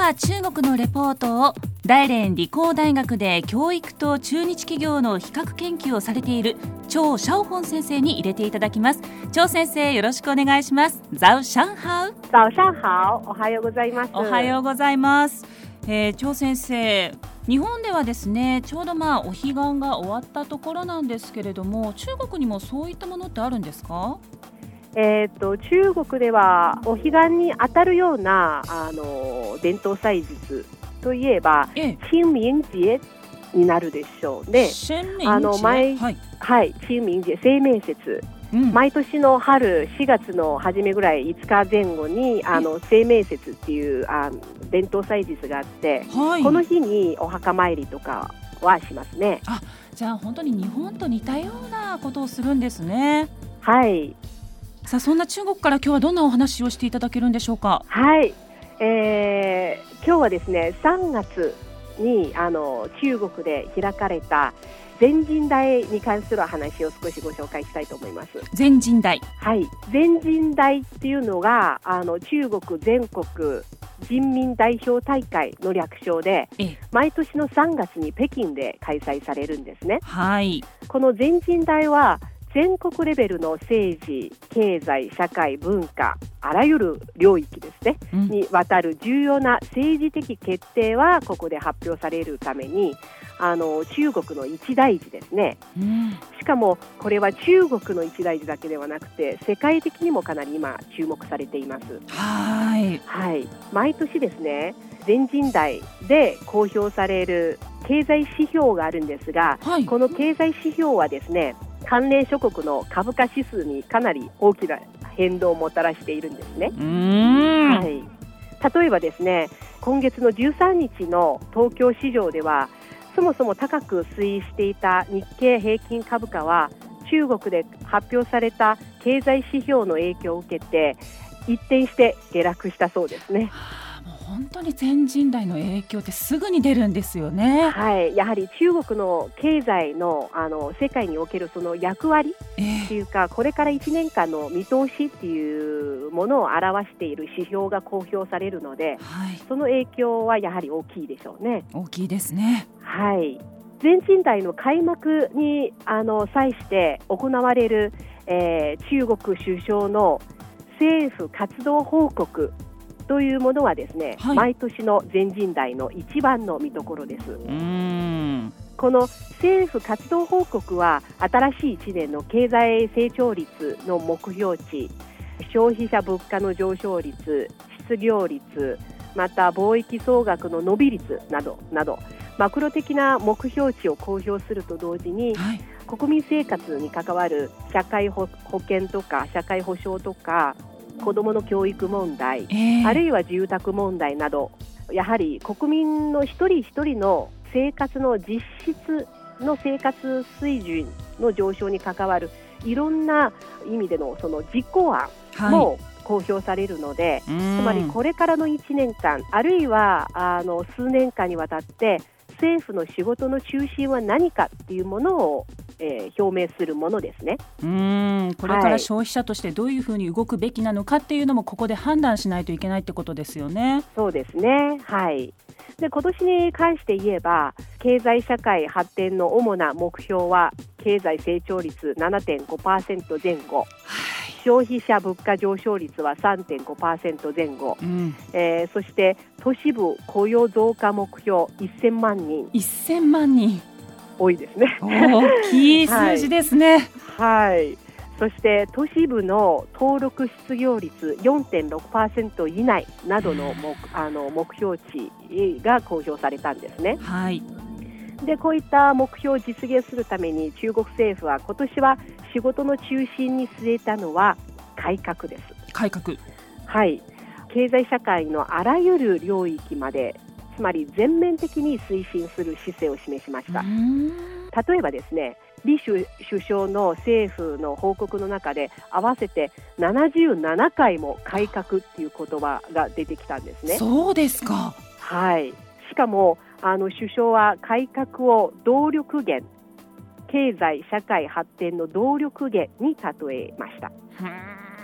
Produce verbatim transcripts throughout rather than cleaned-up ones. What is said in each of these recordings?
は中国のレポートを大連理工大学で教育と駐日企業の比較研究をされている張小本先生に入れていただきます。張先生、よろしくお願いします。早上好。 早上好。おはようございます。 おはようございます。えー、張先生、日本ではですね、ちょうどまあお彼岸が終わったところなんですけれども、中国にもそういったものってあるんですか？ えー、と中国ではお彼岸に当たるようなあの伝統祭日といえば、 ええ、 清明節になるでしょうね。あの毎、 はいはい、清明節、清明節、うん、毎年の春しがつの初めぐらいいつかぜん後にあの清明節っていうあ伝統祭日があって、はい、この日にお墓参りとかはしますね。 あ、じゃあ本当に日本と似たようなことをするんですね。 はい。 さあ、そんな中国から今日はどんなお話をしていただけるんでしょうか？ はい、えー、今日はですね、さんがつにあの中国で開かれた全人代に関する話を少しご紹介したいと思います。 全人代、 はい、全人代っていうのがあの中国全国人民代表大会の略称で、毎年のさんがつに北京で開催されるんですね。 はい、 この全人代は全国レベルの政治、経済、社会、文化、あらゆる領域ですね、うん、にわたる重要な政治的決定はここで発表されるために、あの中国の一大事ですね、うん、しかもこれは中国の一大事だけではなくて世界的にもかなり今注目されています。 はい、 はい、毎年ですね、全人代で公表される経済指標があるんですが、はい、この経済指標はですね、関連諸国の株価指数にかなり大きな変動をもたらしているんですね。 うーん、 はい、例えばですね、今月のじゅうさんにちの東京市場ではそもそも高く推移していた日経平均株価は中国で発表された経済指標の影響を受けて一転して下落したそうですね。 本当に全人代の影響ってすぐに出るんですよね。 はい、やはり中国の経済 の, あの世界におけるその役割っていうか、えー、これからいちねんかんの見通しっていうものを表している指標が公表されるので、はい、その影響はやはり大きいでしょうね。 大きいですね。 はい、全人代の開幕にあの際して行われる、えー、中国首相の政府活動報告というものはですね、はい、毎年の全人代の一番の見どころです。 うーん、 この政府活動報告は新しいいちねんの経済成長率の目標値、消費者物価の上昇率、失業率、また貿易総額の伸び率などなどマクロ的な目標値を公表すると同時に、はい、国民生活に関わる社会保険とか社会保障とか子どもの教育問題、えー、あるいは住宅問題など、やはり国民の一人一人の生活の実質の生活水準の上昇に関わるいろんな意味でのその実行案も公表されるので、はい、つまりこれからのいちねんかんあるいはあの数年間にわたって政府の仕事の中心は何かっていうものをえー、表明するものですね。 うーん、これから消費者としてどういうふうに動くべきなのかっていうのもここで判断しないといけないってことですよね。 そうですね、はい。で、今年に関して言えば経済社会発展の主な目標は経済成長率 ななてんごパーセント 前後、はい、消費者物価上昇率は さんてんごパーセント 前後、うんえー、そして都市部雇用増加目標せんまんにんせんまんにん多いですね。 大きい数字ですね。 はい、はい、そして都市部の登録失業率 よんてんろくパーセント 以内などの 目, あの目標値が公表されたんですね。 はい、 でこういった目標を実現するために中国政府は今年は仕事の中心に据えたのは改革です。 改革、 はい、経済社会のあらゆる領域までつまり全面的に推進する姿勢を示しました。例えばですね、李首相の政府の報告の中で合わせてななじゅうななかいも改革っていう言葉が出てきたんですね。 そうですか。 はい、しかもあの首相は改革を動力源、経済社会発展の動力源に例えました。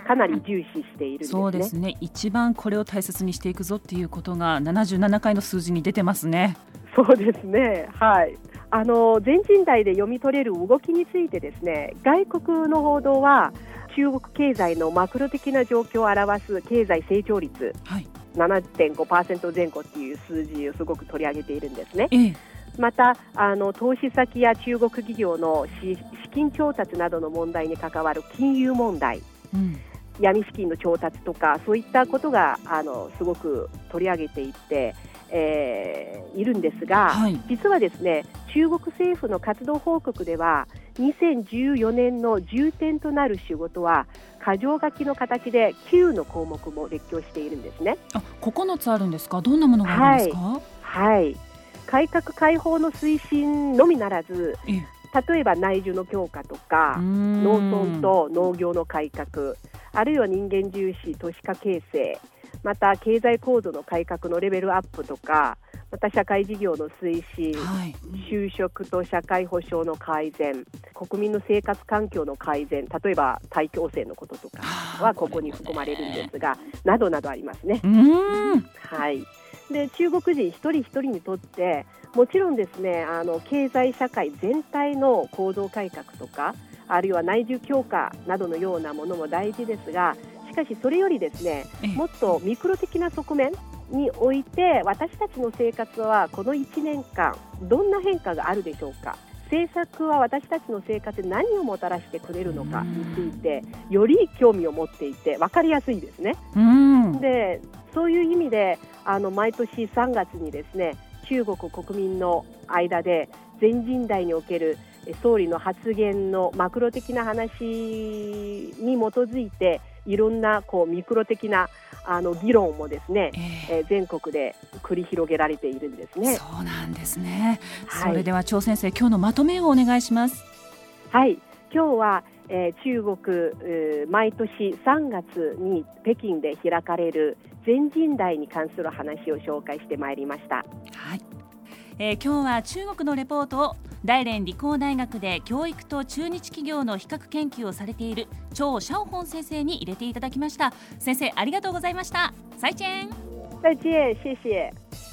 かなり重視しているんですね。 そうですね。一番これを大切にしていくぞっていうことがななじゅうななかいの数字に出てますね。 そうですね、はい、あの全人代で読み取れる動きについてですね、外国の報道は中国経済のマクロ的な状況を表す経済成長率、はい、ななてんごパーセント 前後っていう数字をすごく取り上げているんですね。ええ、またあの投資先や中国企業の資金調達などの問題に関わる金融問題、うん、闇資金の調達とかそういったことがあのすごく取り上げていってえー、いるんですが、はい、実はですね、中国政府の活動報告ではにせんじゅうよねんの重点となる仕事は箇条書きの形できゅうの項目も列挙しているんですね。 あ、ここのつあるんですか。どんなものがあるんですか。 はい、はい、改革開放の推進のみならず、例えば内需の強化とか農村と農業の改革、あるいは人間重視都市化形成、また経済構造の改革のレベルアップとか、また社会事業の推進、はい、就職と社会保障の改善、国民の生活環境の改善、例えば大気汚染のこととかはここに含まれるんですが、などなどありますね。うーん、はい、で中国人一人一人にとってもちろんですね、あの経済社会全体の構造改革とか、あるいは内需強化などのようなものも大事ですが、しかしそれよりですね、もっとミクロ的な側面において私たちの生活はこのいちねんかんどんな変化があるでしょうか、政策は私たちの生活に何をもたらしてくれるのかについてより興味を持っていて分かりやすいですね。うんでそういう意味であの毎年さんがつにですね、中国国民の間で全人代における総理の発言のマクロ的な話に基づいていろんなこうミクロ的なあの議論もですね、えーえー、全国で繰り広げられているんですね。 そうなんですね、はい、それでは張先生、今日のまとめをお願いします。 はい、今日は、えー、中国、えー、毎年さんがつに北京で開かれる全人代に関する話を紹介してまいりました。 はい、えー、今日は中国のレポートを大連理工大学で教育と中日企業の比較研究をされている張小本先生に入れていただきました。先生、ありがとうございました。再见。 再见、谢谢。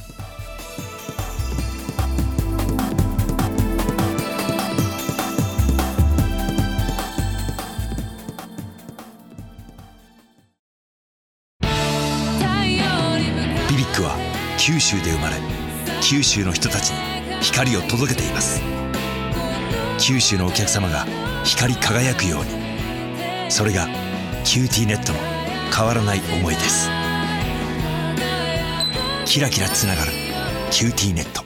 ビビックは九州で生まれ、九州の人たちに光を届けています。九州のお客様が光り輝くように、それがキューティーネットの変わらない思いです。キラキラつながるキューティーネット。